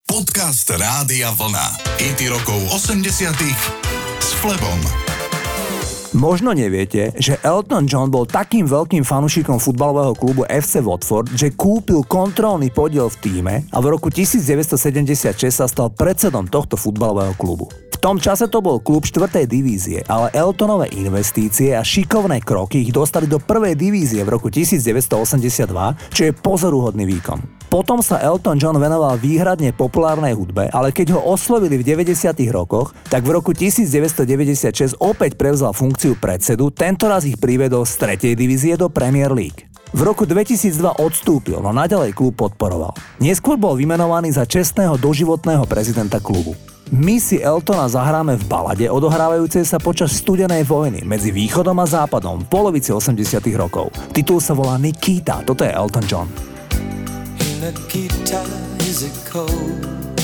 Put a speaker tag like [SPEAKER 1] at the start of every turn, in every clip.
[SPEAKER 1] Podcast Rádia Vlna. Hity rokov 80-tych s Flebom.
[SPEAKER 2] Možno neviete, že Elton John bol takým veľkým fanúšikom futbalového klubu FC Watford, že kúpil kontrolný podiel v tíme a v roku 1976 sa stal predsedom tohto futbalového klubu. V tom čase to bol klub 4. divízie, ale Eltonové investície a šikovné kroky ich dostali do 1. divízie v roku 1982, čo je pozoruhodný výkon. Potom sa Elton John venoval výhradne populárnej hudbe, ale keď ho oslovili v 90. rokoch, tak v roku 1996 opäť prevzal funkciu predsedu, tentoraz ich priviedol z 3. divízie do Premier League. V roku 2002 odstúpil, no naďalej klub podporoval. Neskôr bol vymenovaný za čestného doživotného prezidenta klubu. My si Eltona zahráme v balade odohrávajúcej sa počas studenej vojny medzi východom a západom v polovici 80. rokov. Titul sa volá Nikita, toto je Elton John.
[SPEAKER 3] Nikita, is it cold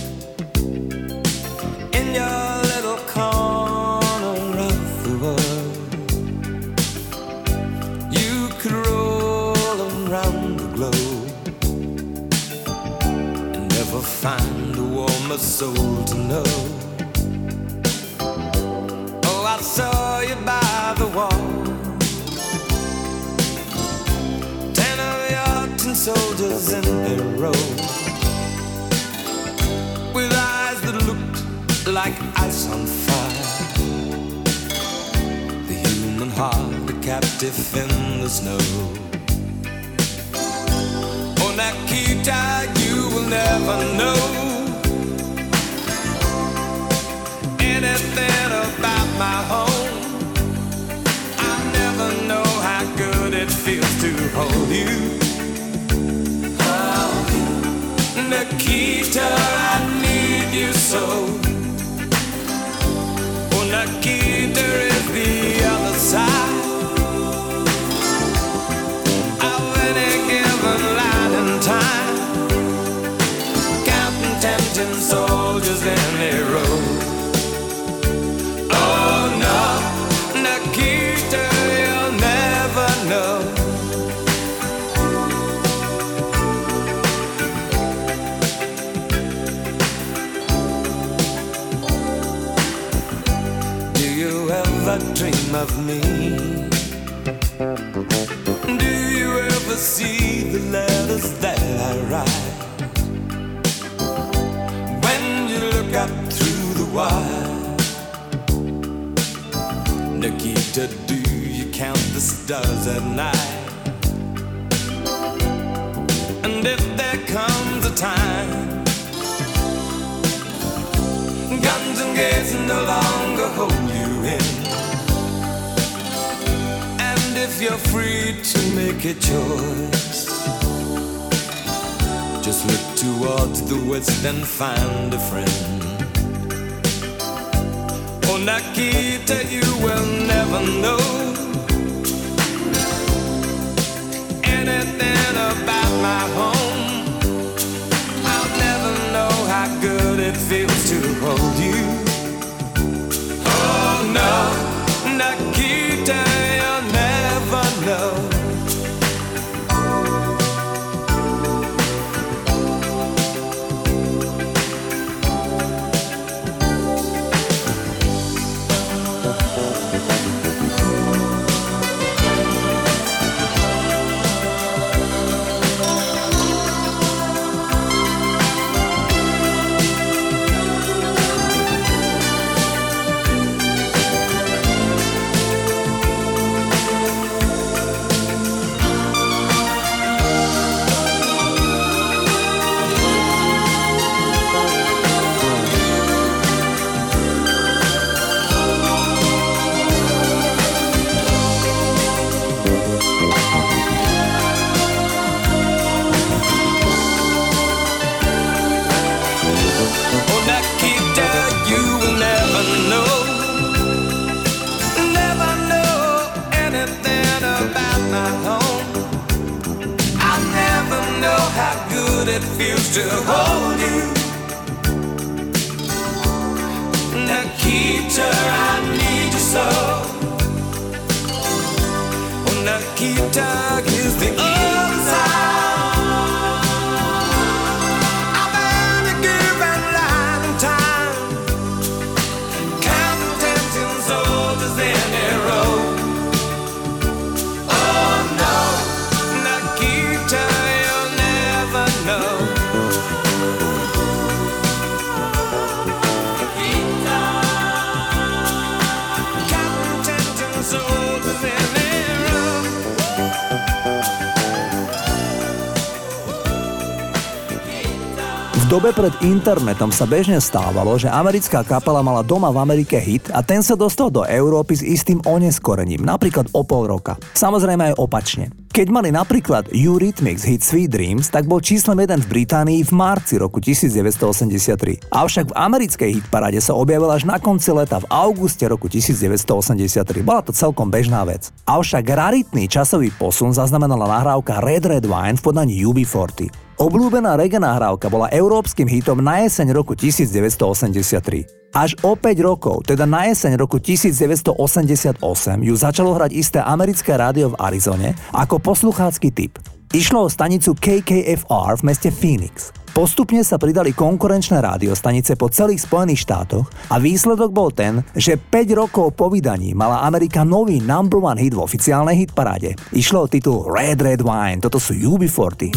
[SPEAKER 3] in your little corner of the world? You could roll around the globe and never find a warmer soul to know. Oh, I saw you by the wall, 10 of your tin soldiers in their row, with eyes that looked like ice on fire, the human heart a captive in the snow. Oh, Nikita, you will never know anything about my home. I never know how good it feels to hold you. Nikita, I need you so. Oh, Nikita is the other side of any given light and time, counting tempting soldiers in a row. Oh no, Nikita, you'll never know. Dream of me? Do you ever see the letters that I write? When you look up through the wire, Nikita, do you count the stars at night? And if there comes a time guns and gates no longer hold you in, if you're free to make a choice, just look towards the west and find a friend. Oh, Nikita, you will never know anything about my home. I'll never know how good it feels to hold you. Oh no, Nikita, you'll never know. It feels to hold you. Nikita, I need you so. Oh, Nikita is the other side of any given
[SPEAKER 2] dobe pred internetom sa bežne stávalo, že americká kapela mala doma v Amerike hit a ten sa dostal do Európy s istým oneskorením, napríklad o pol roka. Samozrejme aj opačne. Keď mali napríklad Eurythmics hit Sweet Dreams, tak bol číslom 1 v Británii v marci roku 1983. Avšak v americkej hitparáde sa objavil až na konci leta v auguste roku 1983. Bola to celkom bežná vec. Avšak raritný časový posun zaznamenala nahrávka Red Red Wine v podaní UB40. Obľúbená reggae nahrávka bola európskym hitom na jeseň roku 1983. Až o 5 rokov, teda na jeseň roku 1988, ju začalo hrať isté americké rádio v Arizone ako posluchácky typ. Išlo o stanicu KKFR v meste Phoenix. Postupne sa pridali konkurenčné rádiostanice po celých Spojených štátoch a výsledok bol ten, že 5 rokov po vydaní mala Amerika nový number one hit v oficiálnej hitparáde. Išlo o titul Red Red Wine, toto sú UB40.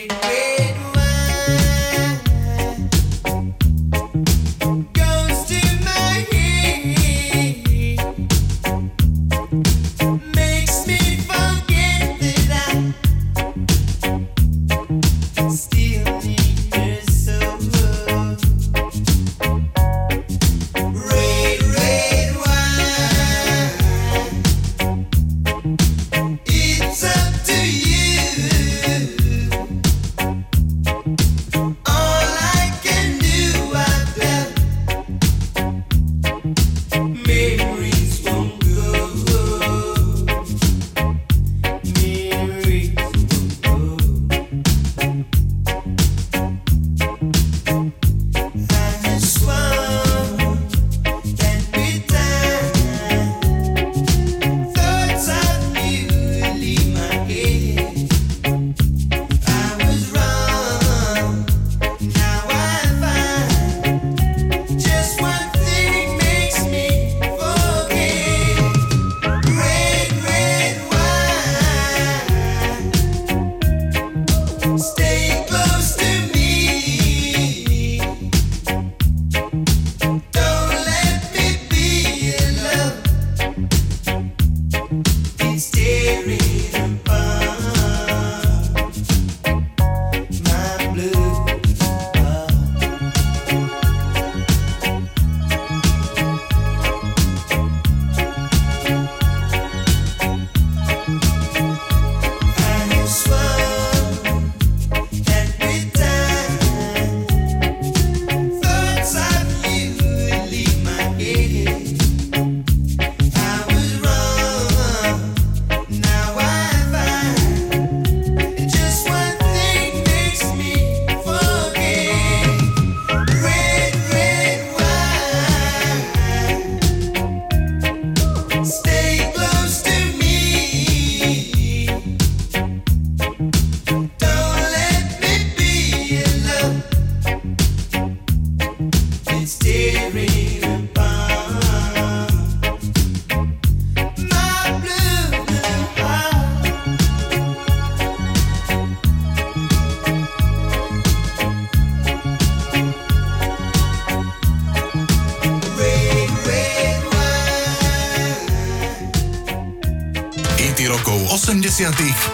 [SPEAKER 1] rokov 80.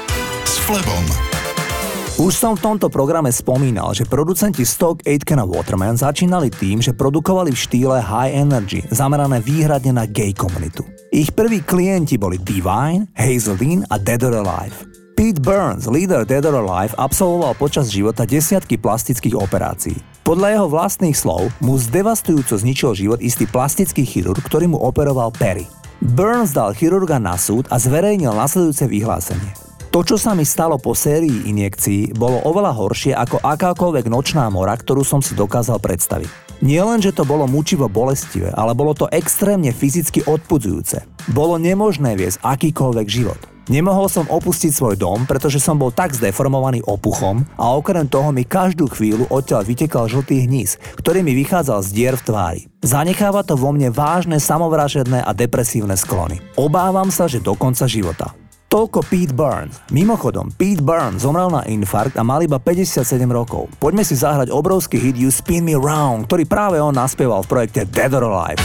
[SPEAKER 1] s Flebom.
[SPEAKER 2] Už som v tomto programe spomínal, že producenti Stock Aitken a Waterman začínali tým, že produkovali v štýle high energy, zamerané výhradne na gay komunitu. Ich prví klienti boli Divine, Hazel Dean a Dead or Alive. Pete Burns, líder Dead or Alive, absolvoval počas života desiatky plastických operácií. Podľa jeho vlastných slov mu zdevastujúco zničil život istý plastický chirurg, ktorý mu operoval pery. Burns dal chirurga na súd a zverejnil nasledujúce vyhlásenie. To, čo sa mi stalo po sérii injekcií, bolo oveľa horšie ako akákoľvek nočná mora, ktorú som si dokázal predstaviť. Nie len, že to bolo mučivo bolestivé, ale bolo to extrémne fyzicky odpudzujúce. Bolo nemožné viesť akýkoľvek život. Nemohol som opustiť svoj dom, pretože som bol tak zdeformovaný opuchom a okrem toho mi každú chvíľu odtiaľ vytekal žltý hníz, ktorý mi vychádzal z dier v tvári. Zanecháva to vo mne vážne samovražedné a depresívne sklony. Obávam sa, že do konca života. Toľko Pete Burns. Mimochodom, Pete Burns zomrel na infarkt a mal iba 57 rokov. Poďme si zahrať obrovský hit You Spin Me Round, ktorý práve on naspieval v projekte Dead or Alive.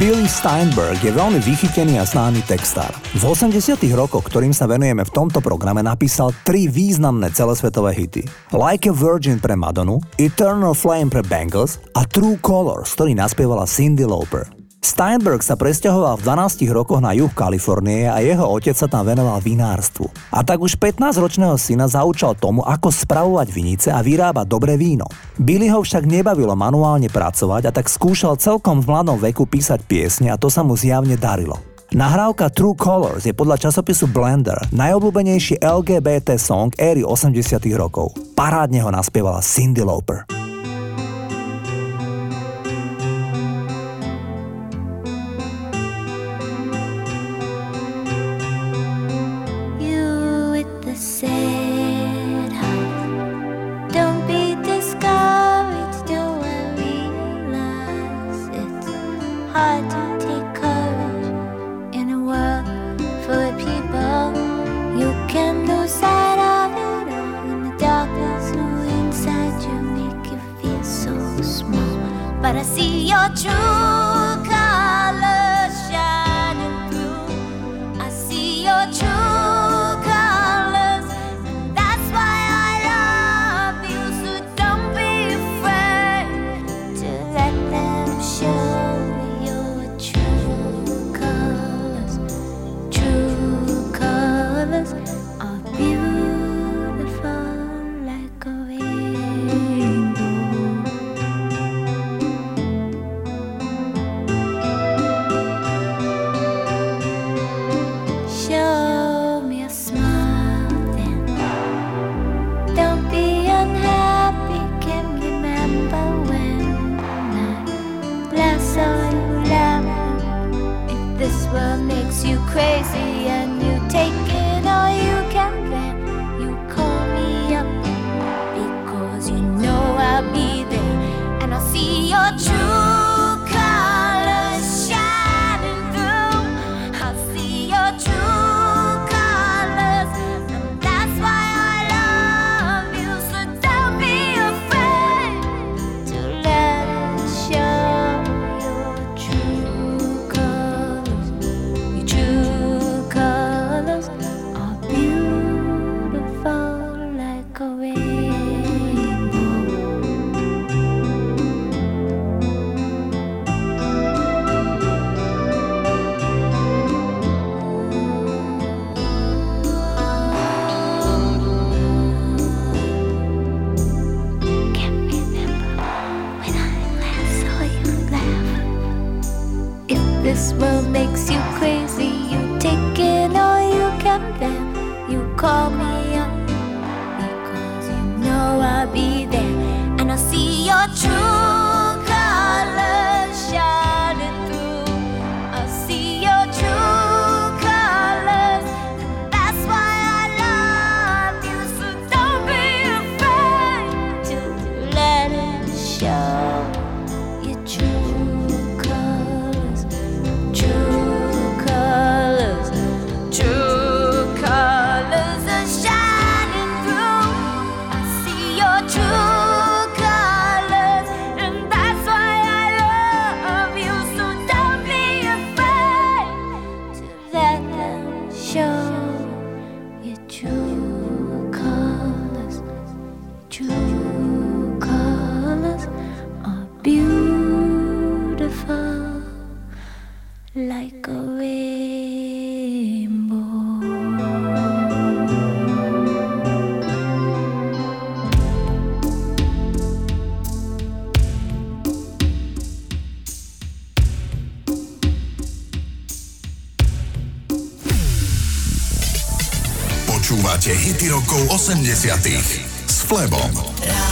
[SPEAKER 2] Billy Steinberg je veľmi vychytený a známy textár. V 80. rokoch, ktorým sa venujeme v tomto programe, napísal 3 významné celosvetové hity. Like a Virgin pre Madonu, Eternal Flame pre Bangles a True Colors, ktorý naspievala Cyndi Lauper. Steinberg sa presťahoval v 12 rokoch na juh Kalifornie a jeho otec sa tam venoval vinárstvu. A tak už 15-ročného syna zaučal tomu, ako spravovať vinice a vyrábať dobré víno. Billy ho však nebavilo manuálne pracovať a tak skúšal celkom v mladom veku písať piesne a to sa mu zjavne darilo. Nahrávka True Colors je podľa časopisu Blender najobľúbenejší LGBT song éry 80 rokov. Parádne ho naspievala Cyndi Lauper.
[SPEAKER 4] But I see your true colors shining through. I see your true colors, and that's why I love you. So don't be afraid to let them show your true colors. True colors are beautiful like a rainbow. What makes you crazy and you take it all you can, then you call me up because you know I'll be there and I'll see your true colors shining through. I'll see your true colors, and that's why I love you. So don't be afraid to let it show. This world makes you crazy, you take it all you can, then you call me up because you know I'll be there and I'll see your true colors shining through. I'll see your true colors, and that's why I love you. So don't be afraid to let it show your true. Like a rainbow.
[SPEAKER 1] Počúvate hity rokov 80 s Flebom.